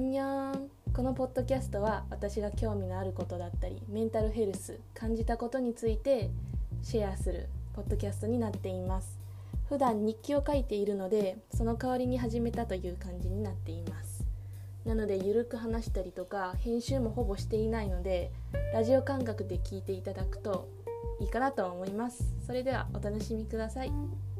にゃーん。このポッドキャストは私が興味のあることだったりメンタルヘルス、感じたことについてシェアするポッドキャストになっています。普段日記を書いているのでその代わりに始めたという感じになっています。なのでゆるく話したりとか編集もほぼしていないのでラジオ感覚で聞いていただくといいかなと思います。それではお楽しみください。